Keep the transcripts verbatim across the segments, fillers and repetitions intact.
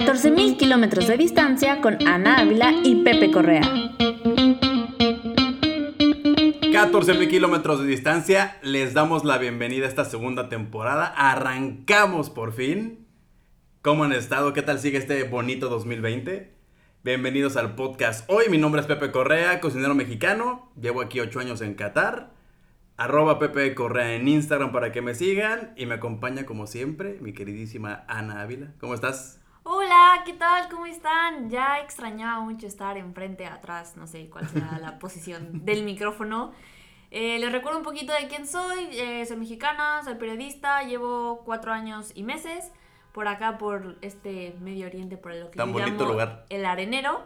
catorce mil kilómetros de distancia con Ana Ávila y Pepe Correa. catorce mil kilómetros de distancia, les damos la bienvenida a esta segunda temporada. Arrancamos por fin. ¿Cómo han estado? ¿Qué tal sigue este bonito dos mil veinte? Bienvenidos al podcast. Hoy mi nombre es Pepe Correa, cocinero mexicano. Llevo aquí ocho años en Qatar. Arroba Pepe Correa en Instagram para que me sigan. Y me acompaña como siempre mi queridísima Ana Ávila. ¿Cómo estás? Hola, ¿qué tal? ¿Cómo están? Ya extrañaba mucho estar enfrente, atrás, no sé cuál será la posición del micrófono. Eh, les recuerdo un poquito de quién soy. Eh, soy mexicana, soy periodista, llevo cuatro años y meses por acá, por este Medio Oriente, por lo que Tan yo bonito llamo lugar. el Arenero.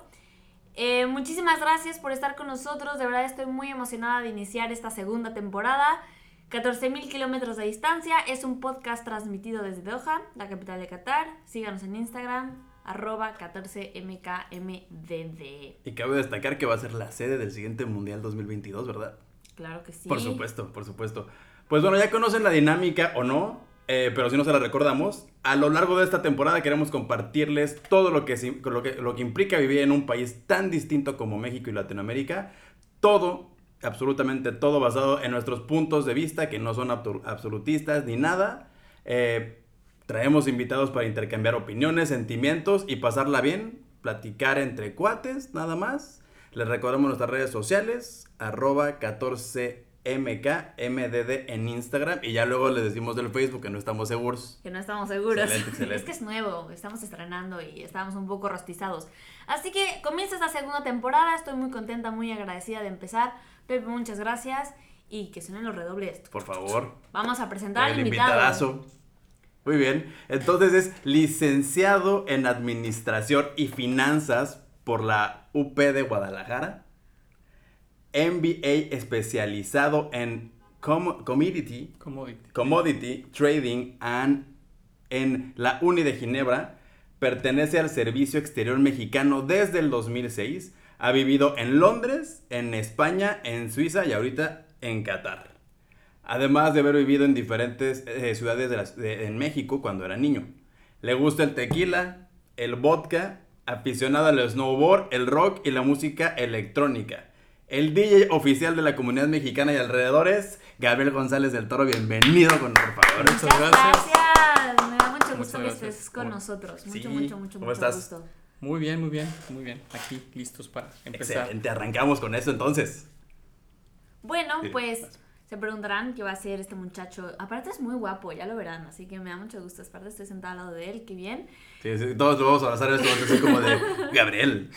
Eh, muchísimas gracias por estar con nosotros. De verdad estoy muy emocionada de iniciar esta segunda temporada. catorce mil kilómetros de distancia es un podcast transmitido desde Doha, la capital de Qatar. Síganos en Instagram, arroba catorce M K M D D. Y cabe destacar que va a ser la sede del siguiente Mundial dos mil veintidós, ¿verdad? Claro que sí. Por supuesto, por supuesto. Pues bueno, ya conocen la dinámica o no, eh, pero si no se la recordamos, a lo largo de esta temporada queremos compartirles todo lo que, lo que, lo que implica vivir en un país tan distinto como México y Latinoamérica. Todo, absolutamente todo basado en nuestros puntos de vista, que no son absolutistas ni nada. Eh, traemos invitados para intercambiar opiniones, sentimientos y pasarla bien, platicar entre cuates, nada más. Les recordamos nuestras redes sociales, arroba catorce M K M D D en Instagram, y ya luego les decimos del Facebook que no estamos seguros. Que no estamos seguros. Excelente, excelente. Es que es nuevo, estamos estrenando y estamos un poco rostizados. Así que comienza esta segunda temporada, estoy muy contenta, muy agradecida de empezar. Pepe, muchas gracias, y que suenen los redobles. Por favor. Vamos a presentar al El invitado. invitadazo. Muy bien, entonces es licenciado en Administración y Finanzas por la U P de Guadalajara. M B A especializado en com- commodity, Commodity. commodity Trading and en la Uni de Ginebra. Pertenece al Servicio Exterior Mexicano desde el dos mil seis. Ha vivido en Londres, en España, en Suiza y ahorita en Qatar. Además de haber vivido en diferentes eh, ciudades de la, de, en México cuando era niño. Le gusta el tequila, el vodka, aficionado al snowboard, el rock y la música electrónica. El D J oficial de la comunidad mexicana y alrededores, Gabriel González del Toro. Bienvenido, con por favor. Muchas Muchas gracias. gracias. Me da mucho gusto Muchas que gracias. estés con ¿Cómo? nosotros. Mucho, Sí. mucho, mucho, ¿Cómo mucho estás? gusto. Muy bien, muy bien, muy bien. Aquí listos para empezar. Excelente, arrancamos con eso entonces. Bueno, Sí, pues vas. se preguntarán qué va a hacer este muchacho. Aparte es muy guapo, ya lo verán, así que me da mucho gusto. Aparte estoy sentada al lado de él, qué bien. Sí, sí, todos lo vamos a abrazar en este momento, así como de Gabriel.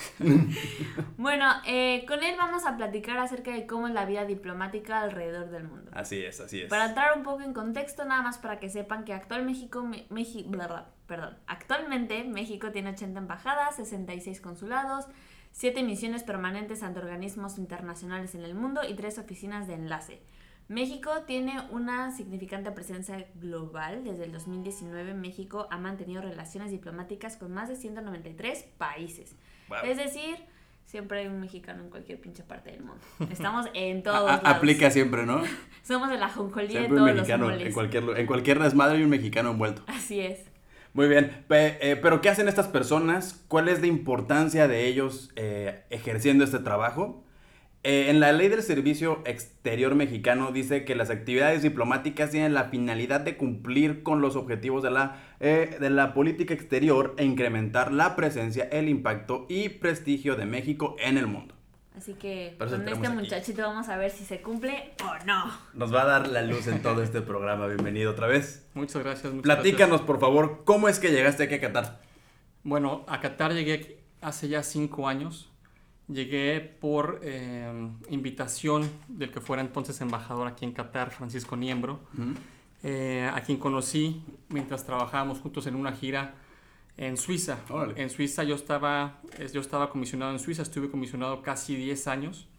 Bueno, eh, con él vamos a platicar acerca de cómo es la vida diplomática alrededor del mundo. Así es, así es. Para entrar un poco en contexto, nada más para que sepan que actual México, Me- Meji- bla, bla, perdón, actualmente México tiene ochenta embajadas, sesenta y seis consulados, siete misiones permanentes ante organismos internacionales en el mundo y tres oficinas de enlace. México tiene una significante presencia global. Desde el dos mil diecinueve, México ha mantenido relaciones diplomáticas con más de ciento noventa y tres países. Wow. Es decir, siempre hay un mexicano en cualquier pinche parte del mundo. Estamos en todos A- lados. a- aplica siempre, ¿no? Somos el ajonjolí de Siempre un todos los mexicano, moles. en cualquier, lu- en cualquier desmadre hay un mexicano envuelto. Así es. Muy bien, Pe- eh, pero ¿qué hacen estas personas? ¿Cuál es la importancia de ellos eh, ejerciendo este trabajo? Eh, en la ley del Servicio Exterior Mexicano dice que las actividades diplomáticas tienen la finalidad de cumplir con los objetivos de la, eh, de la política exterior e incrementar la presencia, el impacto y prestigio de México en el mundo. Así que Por eso con tenemos este aquí. muchachito vamos a ver si se cumple o no. Nos va a dar la luz en todo este programa. Bienvenido otra vez. Muchas gracias. Muchas Platícanos, por favor, ¿cómo es que llegaste aquí a Qatar? gracias. Bueno, a Qatar llegué aquí hace ya cinco años. Llegué por eh, invitación del que fuera entonces embajador aquí en Qatar, Francisco Niembro, ¿Mm? eh, a quien conocí mientras trabajábamos juntos en una gira en Suiza. Órale. En Suiza yo estaba, eh, yo estaba comisionado en Suiza, estuve comisionado casi diez años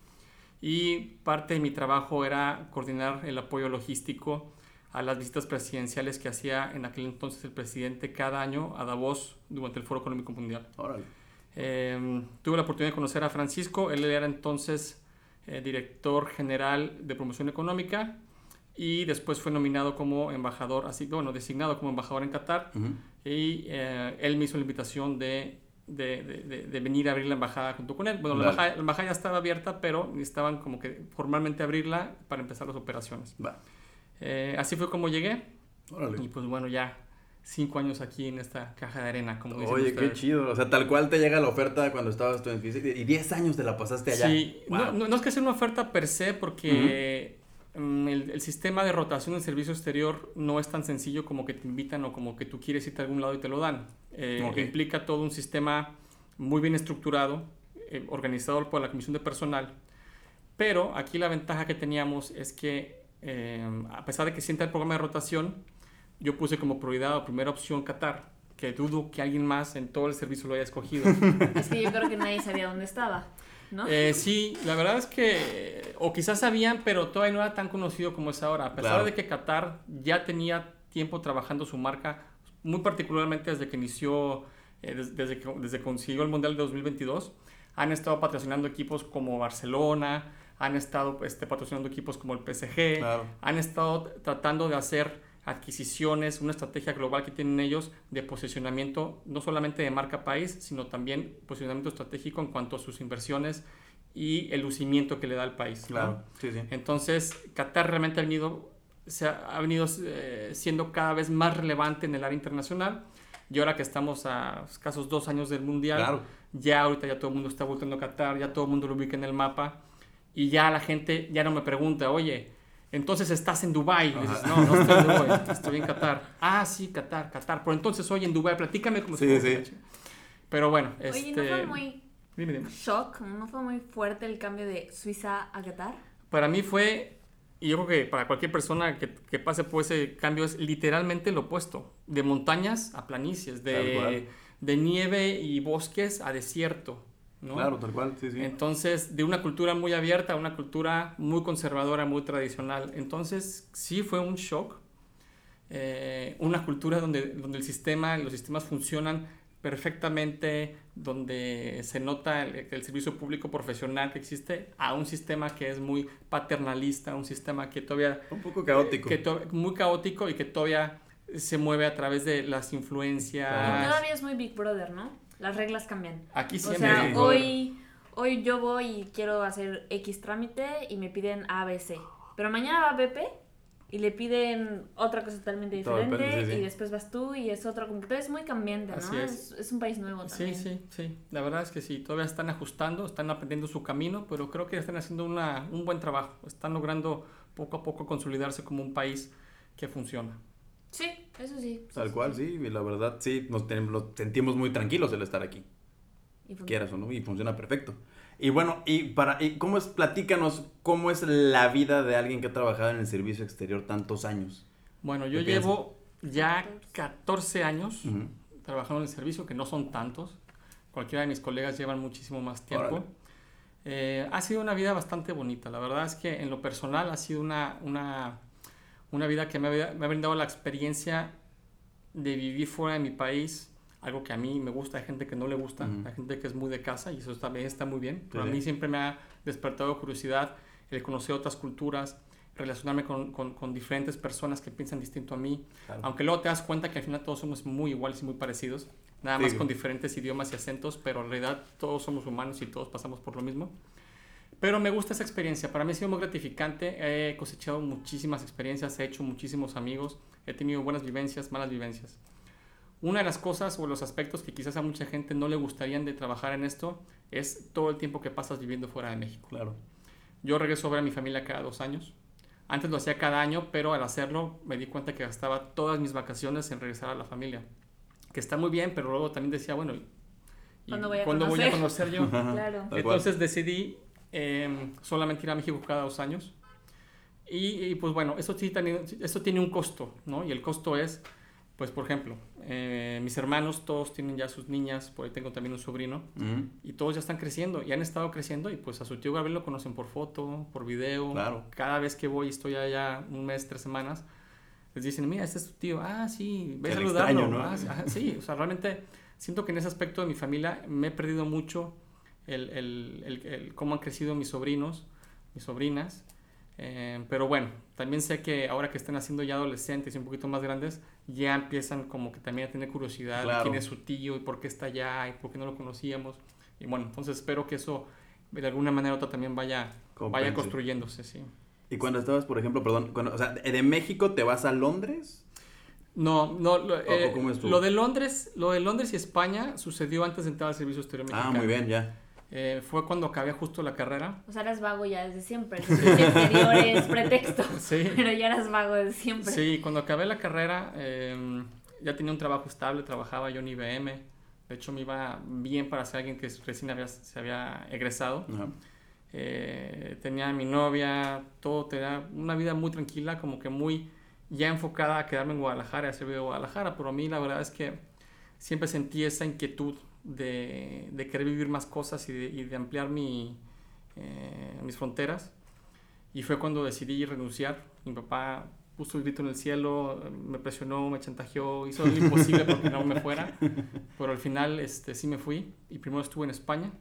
y parte de mi trabajo era coordinar el apoyo logístico a las visitas presidenciales que hacía en aquel entonces el presidente cada año a Davos durante el Foro Económico Mundial. Órale. Eh, tuve la oportunidad de conocer a Francisco, él era entonces eh, director general de promoción económica y después fue nominado como embajador, así bueno, designado como embajador en Qatar, Uh-huh. y eh, él me hizo la invitación de, de, de, de, de venir a abrir la embajada junto con él. Bueno, la embajada, la embajada ya estaba abierta, pero necesitaban como que formalmente abrirla para empezar las operaciones. Va. Eh, así fue como llegué, Órale. y pues bueno, ya cinco años aquí en esta caja de arena, como dicen Oye, ustedes. qué chido. O sea, tal cual te llega la oferta cuando estabas tú en Física y diez años te la pasaste allá. Sí, Wow. no, no, no es que sea una oferta per se, porque uh-huh. um, el, el sistema de rotación del servicio exterior no es tan sencillo como que te invitan o como que tú quieres irte a algún lado y te lo dan. Eh, okay. Implica todo un sistema muy bien estructurado, eh, organizado por la Comisión de Personal, pero aquí la ventaja que teníamos es que, eh, a pesar de que sienta el programa de rotación, yo puse como prioridad o primera opción Qatar, que dudo que alguien más en todo el servicio lo haya escogido. Es que yo creo que nadie sabía dónde estaba, ¿no? Eh, sí, la verdad es que, o quizás sabían, pero todavía no era tan conocido como es ahora. A pesar claro. de que Qatar ya tenía tiempo trabajando su marca, muy particularmente desde que inició, eh, desde, desde, que, desde que consiguió el Mundial de dos mil veintidós, han estado patrocinando equipos como Barcelona, han estado este, patrocinando equipos como el P S G, claro. han estado tratando de hacer adquisiciones, una estrategia global que tienen ellos de posicionamiento, no solamente de marca país, sino también posicionamiento estratégico en cuanto a sus inversiones y el lucimiento que le da al país. Claro, ¿no? sí, sí. Entonces, Qatar realmente ha venido, se ha, ha venido eh, siendo cada vez más relevante en el área internacional, y ahora que estamos a escasos dos años del Mundial, claro. ya ahorita ya todo el mundo está volteando a Qatar, ya todo el mundo lo ubica en el mapa, y ya la gente ya no me pregunta, oye, entonces estás en Dubái. Y dices, no, no estoy en Dubái, estoy en Qatar. Ah, sí, Qatar, Qatar. Pero entonces, oye, en Dubái, platícame cómo sí, se sí. Pero bueno, oye, este... ¿no fue muy dime, dime. shock? ¿No fue muy fuerte el cambio de Suiza a Qatar? Para mí fue, y yo creo que para cualquier persona que, que pase por ese cambio, es literalmente lo opuesto. De montañas a planicies, de, de nieve y bosques a desierto, ¿no? Claro, tal cual, sí, sí. Entonces, de una cultura muy abierta a una cultura muy conservadora, muy tradicional. Entonces, sí fue un shock. Eh, una cultura donde, donde el sistema, los sistemas funcionan perfectamente, donde se nota el, el servicio público profesional que existe, a un sistema que es muy paternalista, un sistema que todavía... Un poco caótico. Que to, muy caótico y que todavía se mueve a través de las influencias. Y todavía es muy Big Brother, ¿no? Las reglas cambian. Aquí o siempre. sea, sí. hoy, hoy yo voy y quiero hacer X trámite y me piden A, B, C. Pero mañana va Pepe y le piden otra cosa totalmente diferente. Depende, sí, sí. Y después vas tú y es otro. Como que todo es muy cambiante, ¿no? Así es. Es, es un país nuevo también. Sí, sí, sí. La verdad es que sí. Todavía están ajustando, están aprendiendo su camino, pero creo que están haciendo una, un buen trabajo. Están logrando poco a poco consolidarse como un país que funciona. Sí, eso sí. Tal sí, cual, sí. Y la verdad, sí, nos, tenemos, nos sentimos muy tranquilos el estar aquí. Y Quieras o no, y funciona perfecto. Y bueno, y para y cómo es, platícanos, ¿cómo es la vida de alguien que ha trabajado en el servicio exterior tantos años? Bueno, yo ¿Qué llevo ya catorce años Uh-huh. trabajando en el servicio, que no son tantos. Cualquiera de mis colegas llevan muchísimo más tiempo. Eh, ha sido una vida bastante bonita. La verdad es que en lo personal ha sido una, una, una vida que me ha, me ha brindado la experiencia de vivir fuera de mi país. Algo que a mí me gusta, hay gente que no le gusta, Uh-huh. hay gente que es muy de casa y eso también está muy bien. Pero Sí. a mí siempre me ha despertado curiosidad el conocer otras culturas, relacionarme con, con, con diferentes personas que piensan distinto a mí. Claro. Aunque luego te das cuenta que al final todos somos muy iguales y muy parecidos, nada Sí. más con diferentes idiomas y acentos, pero en realidad todos somos humanos y todos pasamos por lo mismo. Pero me gusta esa experiencia, para mí ha sido muy gratificante, he cosechado muchísimas experiencias, he hecho muchísimos amigos, he tenido buenas vivencias, malas vivencias. Una de las cosas o los aspectos que quizás a mucha gente no le gustarían de trabajar en esto es todo el tiempo que pasas viviendo fuera de México. Claro. Yo regreso a ver a mi familia cada dos años. Antes lo hacía cada año, pero al hacerlo me di cuenta que gastaba todas mis vacaciones en regresar a la familia. Que está muy bien, pero luego también decía, bueno, ¿y ¿Cuándo voy a ¿cuándo voy a conocer? conocer yo? Claro. Tal Entonces cual. decidí eh, solamente ir a México cada dos años. Y, y pues bueno, eso, sí, eso tiene un costo, ¿no? Y el costo es, pues por ejemplo, eh, mis hermanos todos tienen ya sus niñas, por ahí tengo también un sobrino, Uh-huh. y todos ya están creciendo, y han estado creciendo, y pues a su tío Gabriel lo conocen por foto, por video. Claro. Cada vez que voy, estoy allá un mes, tres semanas, les dicen, mira, este es tu tío, ah, sí, ve a El saludarlo. extraño, ¿no? Ah, sí, ah, sí, o sea, realmente siento que en ese aspecto de mi familia me he perdido mucho el, el, el, el cómo han crecido mis sobrinos, mis sobrinas. Eh, pero bueno, también sé que ahora que están haciendo ya adolescentes y un poquito más grandes, ya empiezan como que también a tener curiosidad Claro. de quién es su tío y por qué está allá y por qué no lo conocíamos. Y bueno, entonces espero que eso de alguna manera u otra también vaya, Compense. vaya construyéndose, sí. Y cuando estabas, por ejemplo, perdón, cuando, o sea, ¿de México te vas a Londres? No, no, lo, eh, ¿Cómo estuvo? lo de Londres, lo de Londres y España sucedió antes de entrar al servicio exterior mexicano. Ah, muy bien, ya. Eh, fue cuando acabé justo la carrera. O sea, eras vago ya desde siempre. El servicio exterior es pretexto. Sí. Pero ya eras vago desde siempre. Sí, cuando acabé la carrera eh, ya tenía un trabajo estable, trabajaba yo en I B M. De hecho, me iba bien para ser alguien que recién había, se había egresado. Ajá. Eh, tenía a mi novia, todo, tenía una vida muy tranquila, como que muy ya enfocada a quedarme en Guadalajara y a hacer vida en Guadalajara. Pero a mí la verdad es que siempre sentí esa inquietud de, de querer vivir más cosas y de, y de ampliar mi, eh, mis fronteras. Y fue cuando decidí renunciar. Mi papá puso el grito en el cielo, me presionó, me chantajeó, hizo lo imposible porque no me fuera. Pero al final este, sí me fui y primero estuve en España.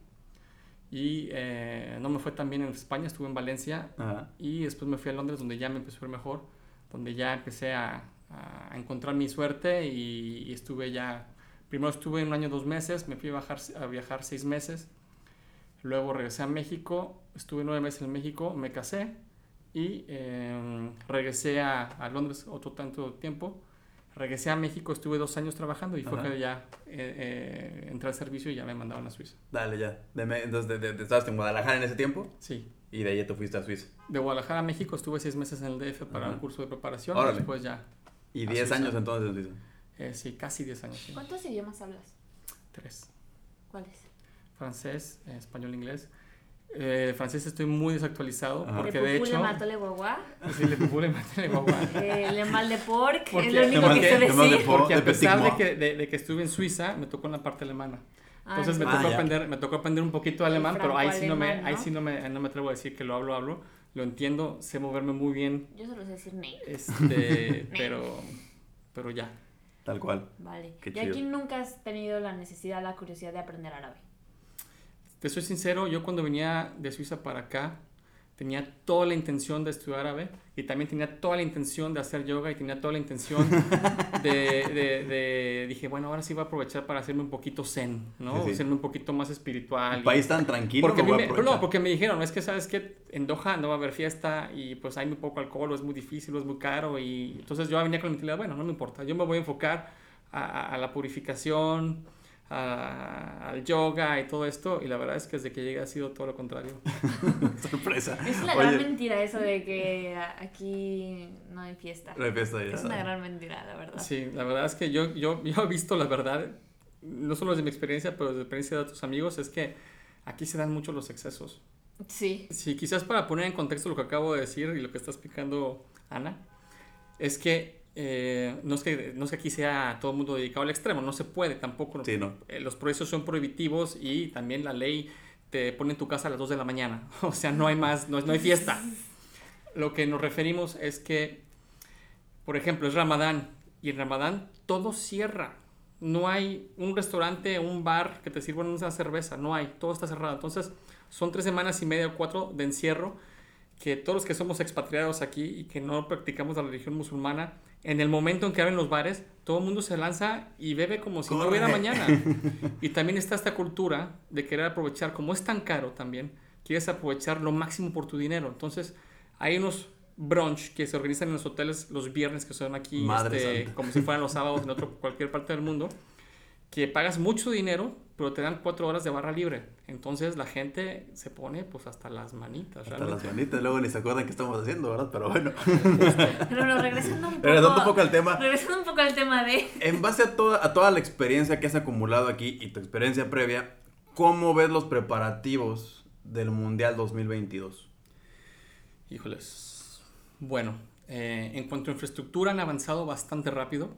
Y eh, no me fue tan bien en España, estuve en Valencia. Ajá. Y después me fui a Londres, donde ya me empezó a ir mejor, donde ya empecé a, a encontrar mi suerte y, y estuve ya, primero estuve un año, dos meses, me fui a, bajar, a viajar seis meses, luego regresé a México, estuve nueve meses en México, me casé y eh, regresé a, a Londres otro tanto tiempo. Regresé a México, estuve dos años trabajando y fue Ajá. que ya eh, eh, entré al servicio y ya me mandaron a Suiza. Dale, ya. De me- entonces, de, de, de- ¿estabas en Guadalajara en ese tiempo? Sí. Y de ahí ya te fuiste a Suiza. De Guadalajara a México estuve seis meses en el D F para Ajá. un curso de preparación. Órale. Y después ya, Y A diez Suiza. años entonces en Suiza. eh, sí, casi diez años. Sí. ¿Cuántos idiomas hablas? Tres. ¿Cuáles? Francés, eh, español, inglés. Eh, francés estoy muy desactualizado Ajá. porque ¿Le de pupule hecho... matole guagua? Sí, le pupule matole guagua. Eh, Le mal de porc, Porque- es lo único le que sé mal- le mal de decir. porc. Porque a de petit pesar de moi. que, de, de que estuve en Suiza, me tocó en la parte alemana. Ah, Entonces me Ah, tocó, ya. aprender, me tocó aprender un poquito de El alemán, pero ahí sí, no me, franco-alemán, ahí ¿no? sí no me, no me atrevo a decir que lo hablo, hablo. Lo entiendo, sé moverme muy bien, Yo solo sé decir ney. este, pero, pero ya. Tal cual. Vale. Qué ¿Y chido. aquí nunca has tenido la necesidad, la curiosidad de aprender árabe? Te soy sincero, yo cuando venía de Suiza para acá tenía toda la intención de estudiar árabe y también tenía toda la intención de hacer yoga y tenía toda la intención de, de, de- dije, bueno, ahora sí voy a aprovechar para hacerme un poquito zen, ¿no? Sí, sí. Hacerme un poquito más espiritual. Un y- país tan tranquilo. porque, a lo mí voy a me- pero no, aprovechar. porque me dijeron, es que sabes que en Doha no va a haber fiesta y pues hay muy poco alcohol, o es muy difícil, o es muy caro y entonces yo venía con la mentalidad, bueno, no me importa, yo me voy a enfocar a, a- a la purificación, a- al yoga y todo esto y la verdad es que desde que llegué ha sido todo lo contrario. Sorpresa. Es la Oye, gran mentira eso de que aquí no hay fiesta. la fiesta ya Es está. una gran mentira, la verdad. Sí, la verdad es que yo, yo, yo he visto la verdad, no solo desde mi experiencia, pero desde la experiencia de otros amigos, es que aquí se dan mucho los excesos. Sí. Sí, quizás para poner en contexto lo que acabo de decir y lo que está explicando Ana, es que, eh, no, es que no es que aquí sea todo el mundo dedicado al extremo, no se puede tampoco. Sí, no. Eh, los precios son prohibitivos y también la ley te pone en tu casa a las dos de la mañana. O sea, no hay más, no, no hay fiesta. Lo que nos referimos es que, por ejemplo, es Ramadán y en Ramadán todo cierra. No hay un restaurante, un bar que te sirvan una cerveza, no hay, todo está cerrado. Entonces, son tres semanas y media o cuatro de encierro que todos los que somos expatriados aquí y que no practicamos la religión musulmana, en el momento en que abren los bares, todo el mundo se lanza y bebe como si no Corre. hubiera mañana. Y también está esta cultura de querer aprovechar, como es tan caro también, quieres aprovechar lo máximo por tu dinero. Entonces, hay unos brunch que se organizan en los hoteles los viernes, que son aquí Madre este, santa. como si fueran los sábados en otro, cualquier parte del mundo, que pagas mucho dinero, pero te dan cuatro horas de barra libre. Entonces la gente se pone pues hasta las manitas. Hasta realmente. las manitas, luego ni se acuerdan qué estamos haciendo, ¿verdad? Pero bueno. Pero no, regresando un poco, Regresando un poco al tema. regresando un poco al tema de... En base a toda, a toda la experiencia que has acumulado aquí y tu experiencia previa, ¿cómo ves los preparativos del Mundial dos mil veintidós? Híjoles. Bueno, eh, en cuanto a infraestructura han avanzado bastante rápido.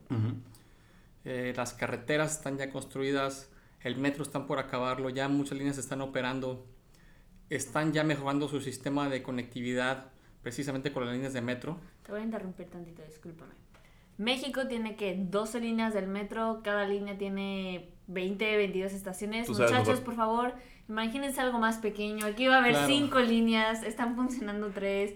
Eh, las carreteras están ya construidas, el metro están por acabarlo, ya muchas líneas están operando, están ya mejorando su sistema de conectividad precisamente con las líneas de metro. Te voy a interrumpir tantito, discúlpame. México tiene que doce líneas del metro, cada línea tiene veinte, veintidós estaciones. Tú sabes Muchachos, mejor. por favor, imagínense algo más pequeño. Aquí va a haber Claro. cinco líneas, están funcionando tres.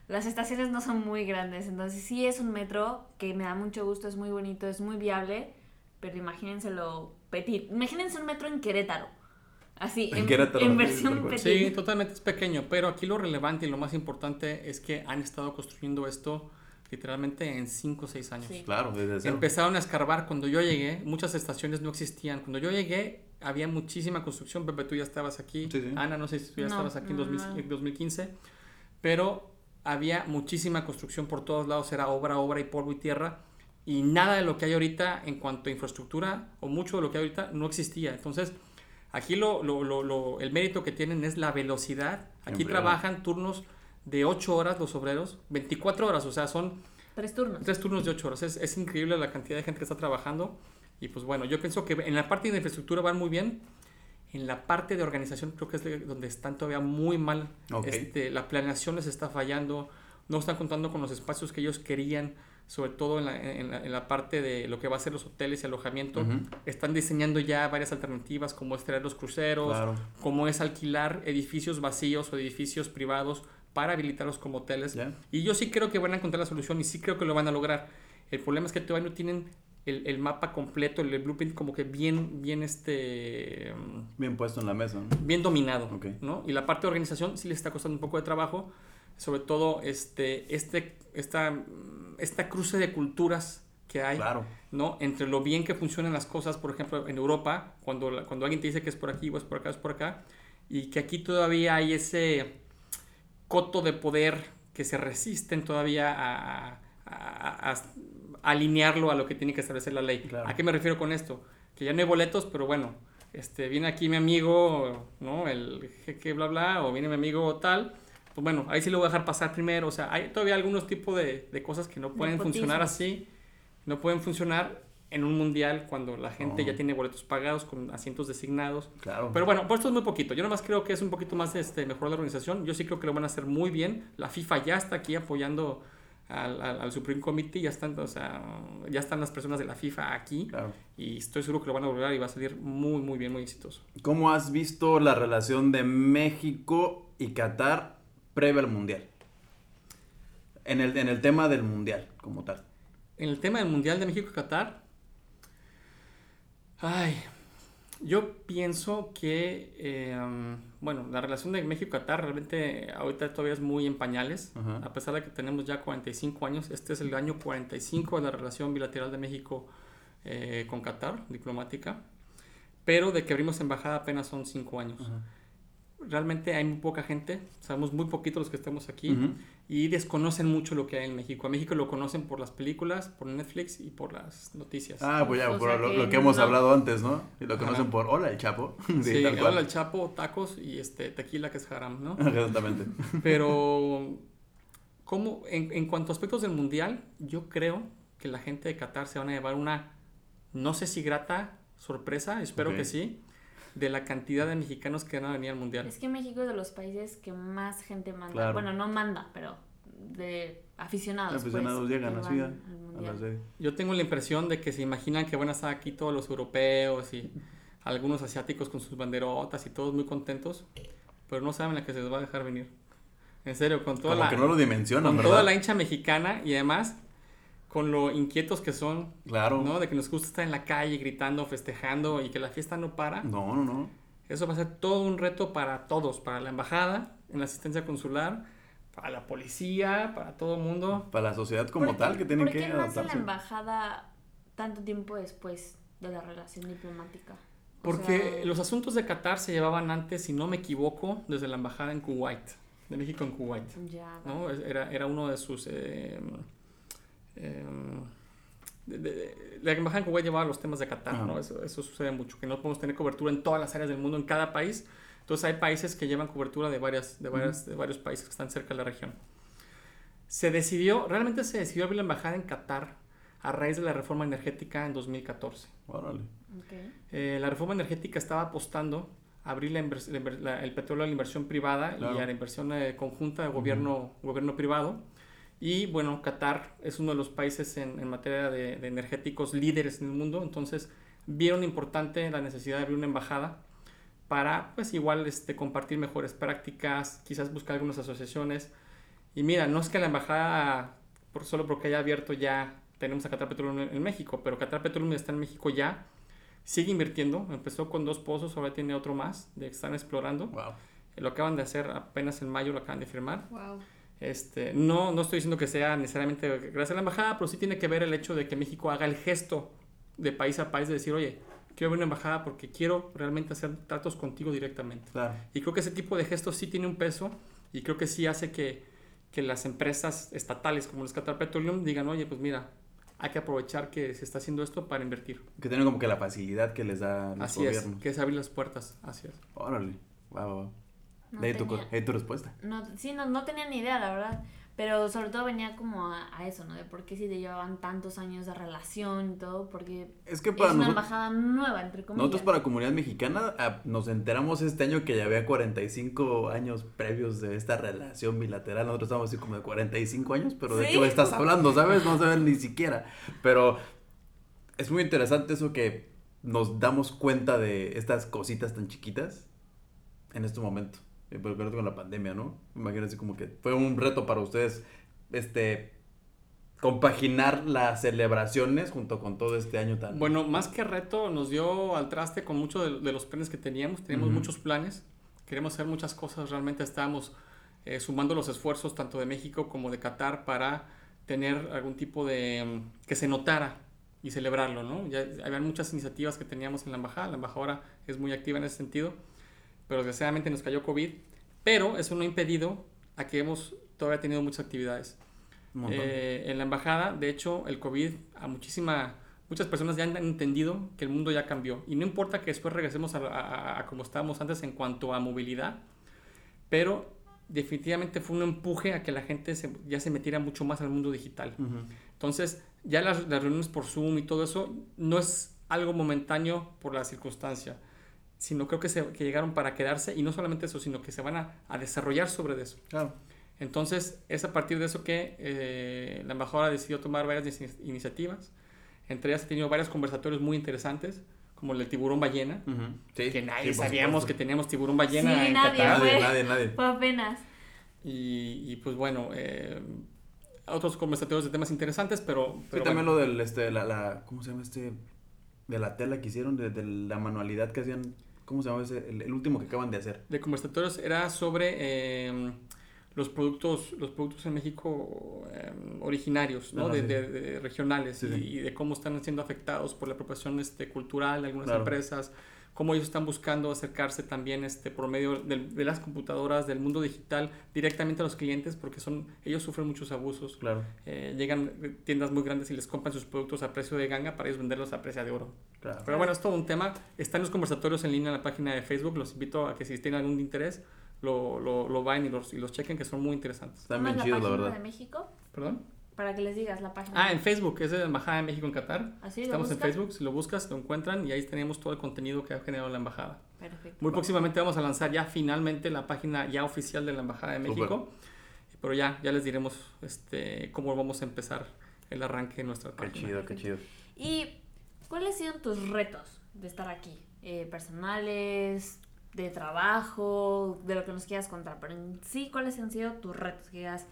las estaciones no son muy grandes, entonces sí es un metro que me da mucho gusto, es muy bonito, es muy viable, pero imagínenselo petit. Imagínense un metro en Querétaro. Así, En en, Querétaro, en sí, versión tal cual. petit. Sí, totalmente es pequeño, pero aquí lo relevante y lo más importante es que han estado construyendo esto literalmente en cinco o seis años. Sí. Claro, desde cero. Empezaron a escarbar cuando yo llegué, muchas estaciones no existían. Cuando yo llegué había muchísima construcción. Pepe, tú ya estabas aquí. Sí, sí. Ana, no sé si tú ya No, estabas aquí en no, dos mil, no. en dos mil quince, pero había muchísima construcción por todos lados, era obra, obra y polvo y tierra, y nada de lo que hay ahorita en cuanto a infraestructura, o mucho de lo que hay ahorita, no existía. Entonces, aquí lo, lo, lo, lo, el mérito que tienen es la velocidad. Aquí Siempre. trabajan turnos de ocho horas los obreros, veinticuatro horas, o sea, son Tres turnos. tres turnos de ocho horas. Es, es increíble la cantidad de gente que está trabajando. Y pues bueno, yo pienso que en la parte de infraestructura van muy bien. En la parte de organización creo que es de- donde están todavía muy mal. Ok. Este, la planeación les está fallando. No están contando con los espacios que ellos querían. Sobre todo en la, en la, en la parte de lo que va a ser los hoteles y alojamiento. Ujú. Están diseñando ya varias alternativas, como es traer los cruceros, Claro. como es alquilar edificios vacíos o edificios privados para habilitarlos como hoteles. Ya. Y yo sí creo que van a encontrar la solución y sí creo que lo van a lograr. El problema es que todavía no tienen el, el mapa completo, el blueprint como que bien, bien, este, mm, Bien puesto en la mesa, ¿no? bien dominado, Ok. ¿no? Y la parte de organización sí les está costando un poco de trabajo, sobre todo este, este, esta, mm, esta cruce de culturas que hay, Claro. ¿no? Entre lo bien que funcionan las cosas, por ejemplo, en Europa, cuando, la- cuando alguien te dice que es por aquí o es por acá, es por acá, y que aquí todavía hay ese coto de poder que se resisten todavía a, a- a- a alinearlo a lo que tiene que establecer la ley. Claro. ¿A qué me refiero con esto? Que ya no hay boletos, pero bueno, este, viene aquí mi amigo, ¿no? El jeque bla bla, o viene mi amigo tal, pues bueno, ahí sí lo voy a dejar pasar primero. O sea, hay todavía algunos tipos de, de cosas que no pueden Nepotismo. funcionar así, no pueden funcionar en un mundial cuando la gente No. ya tiene boletos pagados con asientos designados. Claro. Pero bueno, por esto es muy poquito. Yo nomás creo que es un poquito más este, mejor la organización. Yo sí creo que lo van a hacer muy bien. La FIFA ya está aquí apoyando al, al, al Supreme Committee. Ya están, o sea, ya están las personas de la FIFA aquí. Claro. Y estoy seguro que lo van a lograr y va a salir muy, muy bien, muy exitoso. ¿Cómo has visto la relación de México y Qatar previo al Mundial? En el, en el tema del Mundial, como tal. En el tema del Mundial de México y Qatar, ay, yo pienso que, eh, bueno, la relación de México y Qatar realmente ahorita todavía es muy en pañales. Ajá. A pesar de que tenemos ya cuarenta y cinco años, este es el año cuarenta y cinco de la relación bilateral de México eh, con Qatar, diplomática, pero de que abrimos embajada apenas son cinco años. Ajá. Realmente hay muy poca gente, sabemos muy poquito los que estamos aquí, Ujú. y desconocen mucho lo que hay en México. A México lo conocen por las películas, por Netflix y por las noticias. Ah, pues ya, O por sea lo, que lo que hemos no. hablado antes, ¿no? Y lo Ajá. conocen por Hola, el Chapo. Sí, Sí, tal cual. hola el Chapo, tacos y este tequila que es haram, ¿no? Exactamente. Pero como en, en cuanto a aspectos del mundial, yo creo que la gente de Qatar se van a llevar una, no sé si grata sorpresa, espero Ok. que sí, de la cantidad de mexicanos que van a venir al mundial. Es que México es de los países que más gente manda. Claro. Bueno, no manda, pero de aficionados. Aficionados pues, llegan que así van a, al a mundial. la sede. Yo tengo la impresión de que se imaginan que van a estar aquí todos los europeos y algunos asiáticos con sus banderotas y todos muy contentos, pero no saben la que se les va a dejar venir. En serio, con toda Como la que no lo dimensionan, con ¿verdad? toda la hincha mexicana y además con lo inquietos que son, Claro. ¿no? De que nos gusta estar en la calle gritando, festejando y que la fiesta no para. No, no, no. Eso va a ser todo un reto para todos, para la embajada, en la asistencia consular, para la policía, para todo el mundo. Para la sociedad como ¿Por tal qué- que tienen ¿Por que qué nace la adaptarse. embajada tanto tiempo después de la relación diplomática? O Porque sea, los asuntos de Qatar se llevaban antes, si no me equivoco, desde la embajada en Kuwait, de México en Kuwait. Ya, ¿No? Es- Era, era uno de sus... eh, eh, de- de- la embajada en Kuwait llevaba los temas de Qatar, Ajá. ¿no? Eso, eso sucede mucho, que no podemos tener cobertura en todas las áreas del mundo, en cada país. Entonces hay países que llevan cobertura de, varias, de, varias, de varios países que están cerca de la región. Se decidió, realmente se decidió abrir la embajada en Qatar a raíz de la reforma energética en dos mil catorce. Órale. ok. Eh, la reforma energética estaba apostando a abrir la invers- la inver- la- el petróleo a la inversión privada Claro. y a la inversión eh, conjunta de gobierno, gobierno privado. Y bueno, Qatar es uno de los países en, en materia de, de energéticos líderes en el mundo, entonces vieron importante la necesidad de abrir una embajada para, pues igual, este, compartir mejores prácticas, quizás buscar algunas asociaciones. Y mira, no es que la embajada, por, solo porque haya abierto ya, tenemos a Qatar Petroleum en, en México, pero Qatar Petroleum está en México ya, sigue invirtiendo, empezó con dos pozos, ahora tiene otro más, de que están explorando. Wow. Lo acaban de hacer apenas en mayo, lo acaban de firmar. Wow. Este, no, no estoy diciendo que sea necesariamente gracias a la embajada, pero sí tiene que ver el hecho de que México haga el gesto de país a país de decir, oye, quiero abrir una embajada porque quiero realmente hacer tratos contigo directamente. Claro. Y creo que ese tipo de gestos sí tiene un peso y creo que sí hace que, que las empresas estatales como los Qatar Petroleum digan, oye, pues mira, hay que aprovechar que se está haciendo esto para invertir. Que tienen como que la facilidad que les da los Así gobiernos. es, que es abrir las puertas, así es. Órale. Wow, wow. No de ahí tu, tenía- de ahí tu respuesta. No, sí, no, no tenía ni idea, la verdad. Pero sobre todo venía como a, a eso, ¿no? De por qué si te llevaban tantos años de relación y todo, porque Es que es para una nosotros, embajada nueva, entre comillas. nosotros para comunidad mexicana ah, nos enteramos este año que ya había cuarenta y cinco años previos de esta relación bilateral. Nosotros estamos así como de cuarenta y cinco años, pero ¿de ¿Sí? qué me estás hablando? ¿Sabes? No saben ni siquiera. Pero es muy interesante eso que nos damos cuenta de estas cositas tan chiquitas en este momento. Eh, Pero creo que con la pandemia, ¿no? Imagínense como que fue un reto para ustedes, este, compaginar las celebraciones junto con todo este año tan... Bueno, más que reto, nos dio al traste con muchos de, de los planes que teníamos. Teníamos Ujú. muchos planes, queríamos hacer muchas cosas. Realmente estábamos eh, sumando los esfuerzos tanto de México como de Qatar para tener algún tipo de... mm, que se notara y celebrarlo, ¿no? Ya había muchas iniciativas que teníamos en la embajada. La embajadora es muy activa en ese sentido, pero desgraciadamente nos cayó COVID. Pero eso no ha impedido a que hemos todavía tenido muchas actividades. Un montón. Eh, en la embajada, de hecho, el COVID a muchísima, muchas personas ya han entendido que el mundo ya cambió. Y no importa que después regresemos a, a, a como estábamos antes en cuanto a movilidad, pero definitivamente fue un empuje a que la gente se, ya se metiera mucho más al mundo digital. Ujú. Entonces, ya las, las reuniones por Zoom y todo eso no es algo momentáneo por la circunstancia, sino creo que, se, que llegaron para quedarse, y no solamente eso, sino que se van a, a desarrollar sobre eso. Claro. Entonces, es a partir de eso que eh, la embajadora decidió tomar varias in- iniciativas. Entre ellas ha tenido varios conversatorios muy interesantes, como el del tiburón ballena, Ujú. Sí. que nadie Sí, por sabíamos supuesto. que teníamos tiburón ballena Sí, en nadie, Qatar. fue. Nadie, nadie, nadie. Fue apenas. Y, y pues bueno, eh, otros conversatorios de temas interesantes, pero... Sí, pero también bueno. lo del, este, la, la, ¿cómo se llama este? De la tela que hicieron, de, de la manualidad que hacían, ¿cómo se llama ese? El, el último que acaban de hacer. De conversatorios era sobre eh, los productos los productos en México eh, originarios, ¿no? Ajá, de, sí. de- de regionales, Sí, y, sí. y de cómo están siendo afectados por la apropiación este, cultural de algunas Claro. empresas, cómo ellos están buscando acercarse también este, por medio del- de, las computadoras, del mundo digital, directamente a los clientes, porque son ellos sufren muchos abusos. Claro, Eh, llegan tiendas muy grandes y les compran sus productos a precio de ganga para ellos venderlos a precio de oro. claro. Pero bueno, es todo un tema. Están los conversatorios en línea en la página de Facebook. Los invito a que si tienen algún interés, lo, lo, lo vayan y los, y los chequen, que son muy interesantes. Están ¿Cómo es bien la chidos, la página verdad. de México? ¿Perdón? Para que les digas la página. Ah, en Facebook, es de la Embajada de México en Qatar. ¿Así lo Estamos en buscan? Facebook, si lo buscas, lo encuentran y ahí tenemos todo el contenido que ha generado la Embajada. Perfecto. Muy próximamente vamos a lanzar ya finalmente la página ya oficial de la Embajada de México. Pero ya, ya les diremos este, cómo vamos a empezar el arranque de nuestra Qué página. chido, qué chido. ¿Y cuáles han sido tus retos de estar aquí? Eh, personales, de trabajo, de lo que nos quieras contar. Pero en sí, ¿cuáles han sido tus retos? Que digas,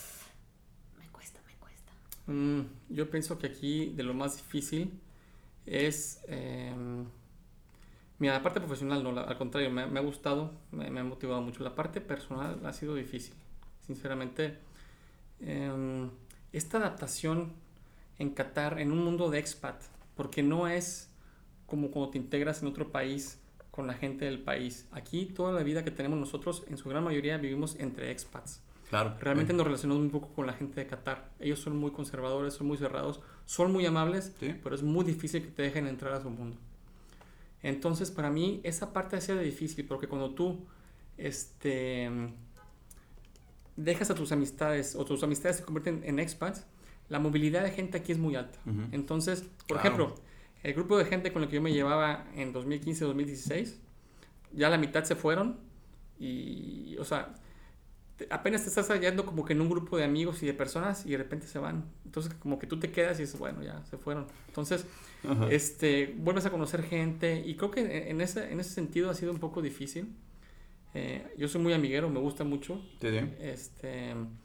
me cuesta, me cuesta. Mm, yo pienso que aquí de lo más difícil es... eh, mira, la parte profesional no, la- al contrario, me, me ha gustado, me, me ha motivado mucho. La parte personal ha sido difícil, sinceramente. Eh, esta adaptación en Qatar, en un mundo de expat, porque no es como cuando te integras en otro país con la gente del país. Aquí toda la vida que tenemos nosotros, en su gran mayoría vivimos entre expats. Claro. Realmente nos relacionamos un poco con la gente de Qatar. Ellos son muy conservadores, son muy cerrados, son muy amables, Sí. pero es muy difícil que te dejen entrar a su mundo. Entonces, para mí, esa parte ha sido difícil, porque cuando tú este, dejas a tus amistades, o tus amistades se convierten en expats, la movilidad de gente aquí es muy alta. Ujú. Entonces, por Claro. ejemplo, el grupo de gente con el que yo me llevaba en dos mil quince, dos mil dieciséis, ya la mitad se fueron y, o sea, te- apenas te estás hallando como que en un grupo de amigos y de personas y de repente se van. Entonces, como que tú te quedas y dices, bueno, ya se fueron. Entonces, Ajá. este, vuelves a conocer gente y creo que en ese, en ese sentido ha sido un poco difícil. Eh, yo soy muy amiguero, me gusta mucho. Sí, sí. Este,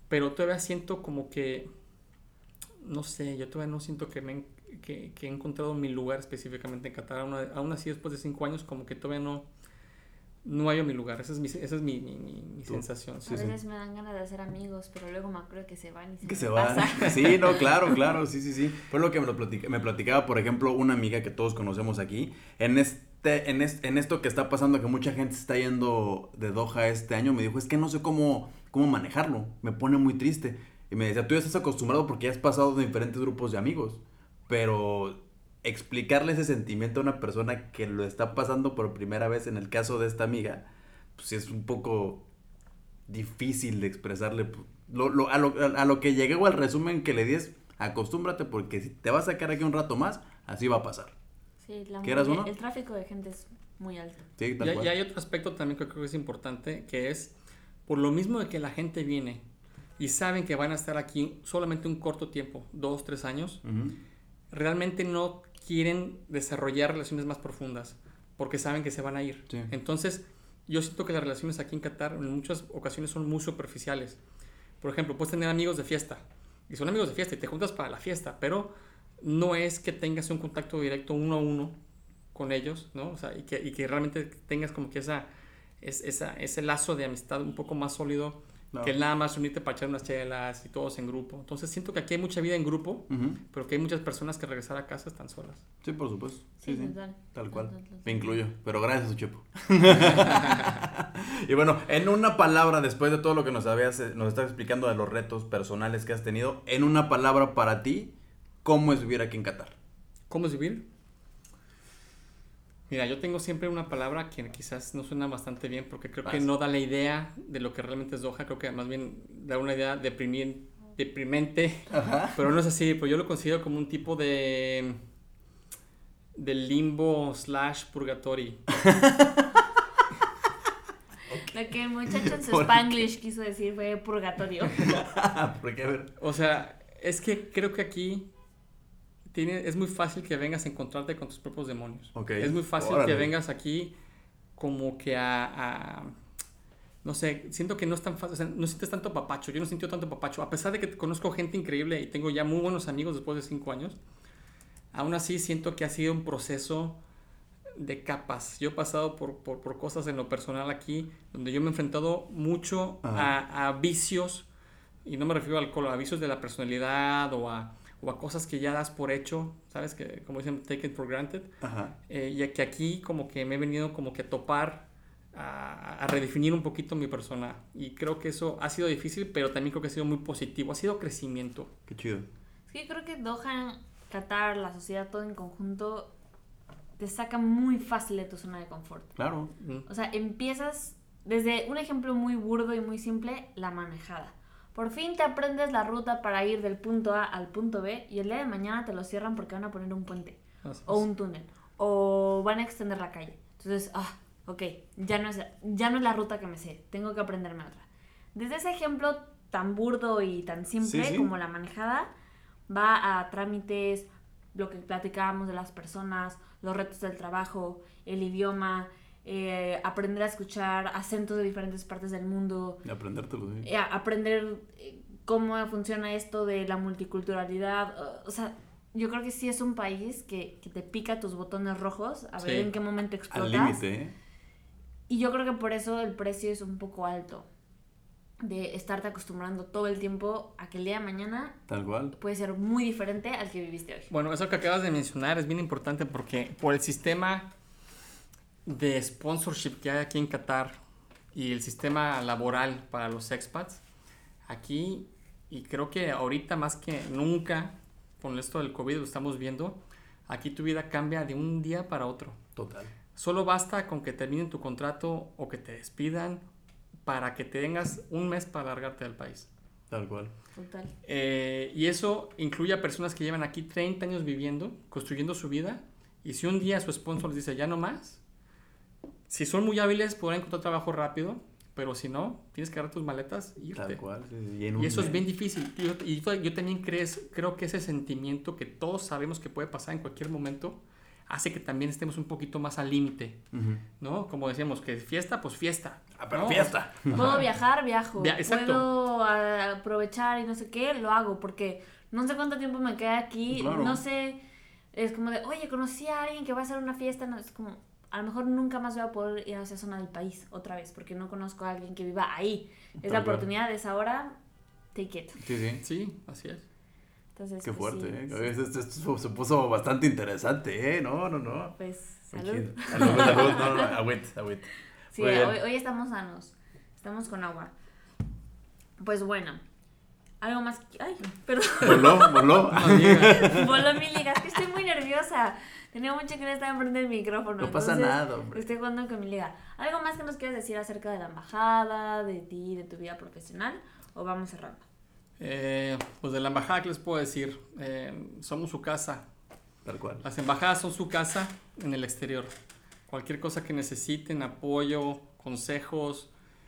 pero todavía siento como que, no sé, yo todavía no siento que, me, que, que he encontrado mi lugar específicamente en Qatar. Aún, aún así, después de cinco años, como que todavía no, no hallo mi lugar. Esa es mi, esa es mi, mi, mi, mi sensación. A Sí, veces sí. me dan ganas de hacer amigos, pero luego me acuerdo que se van y se Que me se van. pasa. Sí, no, claro, claro, sí, sí, sí. Fue lo que me, lo platica, me platicaba, por ejemplo, una amiga que todos conocemos aquí. En este, en este, en esto que está pasando, que mucha gente se está yendo de Doha este año, me dijo, es que no sé cómo, cómo manejarlo. Me pone muy triste. Y me decía, tú ya estás acostumbrado porque ya has pasado de diferentes grupos de amigos. Pero explicarle ese sentimiento a una persona que lo está pasando por primera vez, en el caso de esta amiga, pues sí es un poco difícil de expresarle. Lo, lo, a, lo, a lo que llegué o al resumen que le di es, acostúmbrate porque si te vas a quedar aquí un rato más, así va a pasar. Sí, la ¿Quieras muy- uno? el tráfico de gente es muy alto. Sí, tal Y, cual. y hay otro aspecto también que creo que es importante, que es, por lo mismo de que la gente viene y saben que van a estar aquí solamente un corto tiempo, dos, tres años, Uh-huh. realmente no quieren desarrollar relaciones más profundas porque saben que se van a ir. Sí. Entonces, yo siento que las relaciones aquí en Qatar en muchas ocasiones son muy superficiales. Por ejemplo, puedes tener amigos de fiesta y son amigos de fiesta y te juntas para la fiesta, pero no es que tengas un contacto directo uno a uno con ellos, ¿no? O sea, y que, y que realmente tengas como que esa, es, esa, ese lazo de amistad un poco más sólido. No. Que nada más unirte para echar unas chelas y todos en grupo. Entonces siento que aquí hay mucha vida en grupo, Uh-huh. pero que hay muchas personas que regresar a casa están solas. Sí, por supuesto. Sí, Sí, sí. total. Tal cual. Total, total. Me incluyo. Pero gracias, Chepo. Y bueno, en una palabra, después de todo lo que nos habías, nos estás explicando de los retos personales que has tenido, en una palabra para ti, ¿cómo es vivir aquí en Qatar? ¿Cómo es vivir? Mira, yo tengo siempre una palabra que quizás no suena bastante bien porque creo que Vas. no da la idea de lo que realmente es Doha. Creo que más bien da una idea deprimi- deprimente, Ajá. pero no es así. Pero yo lo considero como un tipo de, de limbo slash purgatory. Lo que el muchacho en su ¿Por qué? Spanglish quiso decir fue purgatorio. Porque, a ver. O sea, es que creo que aquí tiene, es muy fácil que vengas a encontrarte con tus propios demonios. Ok. Es muy fácil Órale. que vengas aquí como que a, a- no sé, siento que no es tan fácil, o sea, no sientes tanto papacho. Yo no siento tanto papacho. A pesar de que conozco gente increíble y tengo ya muy buenos amigos después de cinco años, aún así siento que ha sido un proceso de capas. Yo he pasado por, por, por cosas en lo personal aquí, donde yo me he enfrentado mucho a, a vicios, y no me refiero al alcohol, a vicios de la personalidad o a, o a cosas que ya das por hecho, ¿sabes? Que como dicen, take it for granted. Ajá. Eh, y que aquí como que me he venido como que a topar, a, a redefinir un poquito mi persona. Y creo que eso ha sido difícil, pero también creo que ha sido muy positivo. Ha sido crecimiento. Qué chido. Es que creo que Doha, Qatar, la sociedad, todo en conjunto, te saca muy fácil de tu zona de confort. Claro. Mm. O sea, empiezas desde un ejemplo muy burdo y muy simple, la manejada. Por fin te aprendes la ruta para ir del punto A al punto B y el día de mañana te lo cierran porque van a poner un puente Así o es. un túnel o van a extender la calle. Entonces, ah, ok, ya no es, ya no es la ruta que me sé, tengo que aprenderme otra. Desde ese ejemplo tan burdo y tan simple Sí, sí. como la manejada, va a trámites, lo que platicábamos de las personas, los retos del trabajo, el idioma, eh, aprender a escuchar acentos de diferentes partes del mundo, Y aprendértelo, sí. eh, aprender eh, cómo funciona esto de la multiculturalidad. uh, O sea, yo creo que sí es un país que, que te pica tus botones rojos a ver Sí. en qué momento explotas. Al límite, ¿eh? Y yo creo que por eso el precio es un poco alto. De estarte acostumbrando todo el tiempo a que el día de mañana Tal cual. puede ser muy diferente al que viviste hoy. Bueno, eso que acabas de mencionar es bien importante porque por el sistema de sponsorship que hay aquí en Qatar y el sistema laboral para los expats, aquí, y creo que ahorita más que nunca, con esto del COVID lo estamos viendo, aquí tu vida cambia de un día para otro. Total. Solo basta con que terminen tu contrato o que te despidan para que tengas un mes para largarte del país. Tal cual. Total. Eh, y eso incluye a personas que llevan aquí treinta años viviendo, construyendo su vida, y si un día su sponsor les dice ya no más, si son muy hábiles podrán encontrar trabajo rápido, pero si no, tienes que agarrar tus maletas e irte. Tal cual. Sí, sí. Y, en un Y eso es mes. bien difícil. Y yo, y yo- yo también crees, creo que ese sentimiento que todos sabemos que puede pasar en cualquier momento, hace que también estemos un poquito más al límite, Ujú. ¿no? Como decíamos, que fiesta, pues fiesta. Ah, pero ¿no? fiesta. Puedo viajar, viajo. Via- exacto. Puedo ah, aprovechar y no sé qué, lo hago. Porque no sé cuánto tiempo me queda aquí. Claro. No sé. Es como de, oye, conocí a alguien que va a hacer una fiesta. No, es como, a lo mejor nunca más voy a poder ir a esa zona del país otra vez. Porque no conozco a alguien que viva ahí. Es Tal la cual. oportunidad, es ahora. Take it. Sí, sí. Sí, así es. Entonces, Qué pues, fuerte, sí, ¿eh? sí. Esto, esto- esto se puso bastante interesante, ¿eh? No, no, no. Pues, Muy salud. chido. Salud, salud. No, no, agüit, agüit. Sí, Muy bien. hoy, hoy estamos sanos. Estamos con agua. Pues bueno. Algo más. que- Ay, perdón. Voló, voló. No, llega. Voló mi liga. Es que estoy muy nerviosa. Tenía mucho que no estaba enfrente del micrófono. No pasa entonces nada, hombre. Estoy jugando con mi liga. ¿Algo más que nos quieras decir acerca de la embajada, de ti, de tu vida profesional? ¿O vamos cerrando? Eh, pues de la embajada, ¿qué les puedo decir? Eh, somos su casa. Tal cual. Las embajadas son su casa en el exterior. Cualquier cosa que necesiten, apoyo, consejos,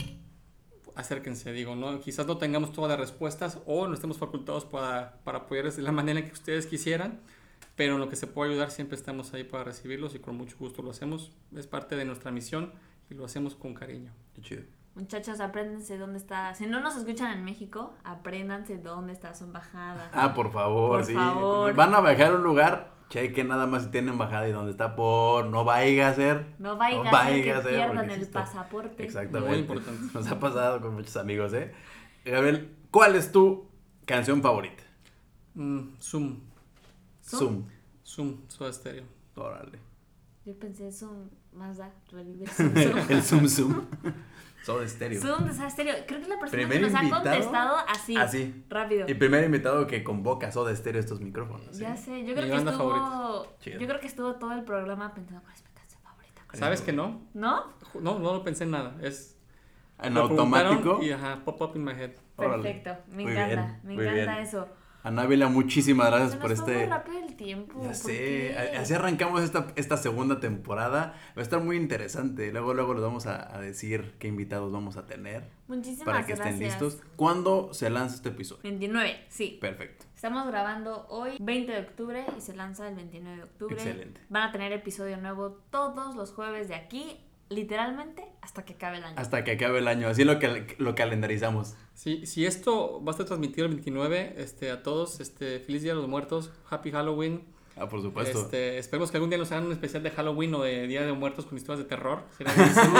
acérquense, digo, ¿no? Quizás no tengamos todas las respuestas o no estemos facultados para, para apoyarles de la manera en que ustedes quisieran, pero en lo que se puede ayudar siempre estamos ahí para recibirlos y con mucho gusto lo hacemos. Es parte de nuestra misión y lo hacemos con cariño. Qué chido. Muchachos, apréndense dónde está. Si no nos escuchan en México, apréndanse dónde está su embajada. Ah, por favor, Por sí. favor. Van a viajar a un lugar, chequen nada más si tienen embajada y dónde está por. No vaya a ser. No vaya No a ser vaya a que ser, pierdan porque el sí está- pasaporte. Exactamente. Muy importante. Nos ha pasado con muchos amigos, ¿eh? Gabriel, ¿cuál es tu canción favorita? Mm, Zoom, ¿Zoom? Zoom, Soda Stereo. Órale. Yo pensé Zoom, Mazda, revive Zoom, Zoom. El Zoom Zoom. Soda Estéreo. Zoom de Soda Stereo. Creo que es la persona Primer que nos invitado. ha contestado así, Así. rápido. Y primer invitado que convoca Soda Estéreo a estos micrófonos. ¿sí? Ya sé, yo Mi creo que banda estuvo. Chido. Yo creo que estuvo todo el programa pensando cuál es mi canción favorita. ¿Cuál es?" ¿Sabes que no? ¿No? No, no lo pensé en nada. Es En me automático. preguntaron Y ajá, pop up in my head. Órale. Perfecto. Me Muy encanta. bien, me muy encanta bien. eso. Anabela, muchísimas gracias Se por nos fue este. muy rápido el tiempo. Ya ¿por sé, qué? a- así arrancamos esta, esta segunda temporada. Va a estar muy interesante. Luego, luego les vamos a, a decir qué invitados vamos a tener Muchísimas para que gracias. estén listos. ¿Cuándo se lanza este episodio? veintinueve, sí. Perfecto. Estamos grabando hoy, veinte de octubre, y se lanza el veintinueve de octubre. Excelente. Van a tener episodio nuevo todos los jueves de aquí, literalmente, hasta que acabe el año. Hasta que acabe el año. Así lo que lo calendarizamos. Si, si esto va a estar transmitido el veintinueve, este, a todos, este, feliz Día de los Muertos, Happy Halloween. Ah, por supuesto. Este, esperemos que algún día nos hagan un especial de Halloween o de Día de Muertos con historias de terror. Sería buenísimo.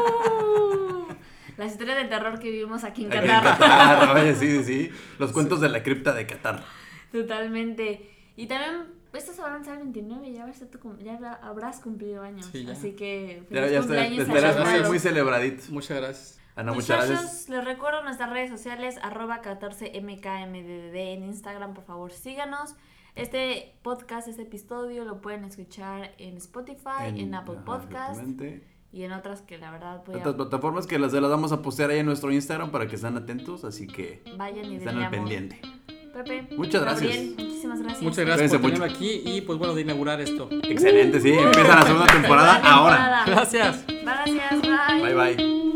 Uh, Las historias de terror que vivimos aquí en Aquí en Qatar. Qatar, oye, sí, sí, sí. Los cuentos de la cripta de Qatar. Totalmente. Y también, esto se va a lanzar el veintinueve, ya, habrás, tu cum- ya habrá- habrás cumplido años. Sí, ya. Así que Ya, feliz ya está, cumpleaños te estarás muy, adelantado. muy celebradito. Muchas gracias. Ana, muchas Muchachos, gracias. les recuerdo nuestras redes sociales, arroba catorce M K M D D D en Instagram, por favor síganos. Este podcast, este episodio lo pueden escuchar en Spotify, en, Apple ajá, Podcast exactamente. y en otras que la verdad voy Otras a... plataformas que las, las vamos a postear ahí en nuestro Instagram para que estén atentos, así que Vayan y estén denle al amor. pendiente. Pepe, Muchas gracias. Gabriel, muchísimas gracias. Muchas gracias por Cuídense tenerme aquí y pues bueno, de inaugurar esto. Excelente, sí, empieza la segunda temporada Segunda ahora. temporada. Gracias. Gracias, bye. Bye bye.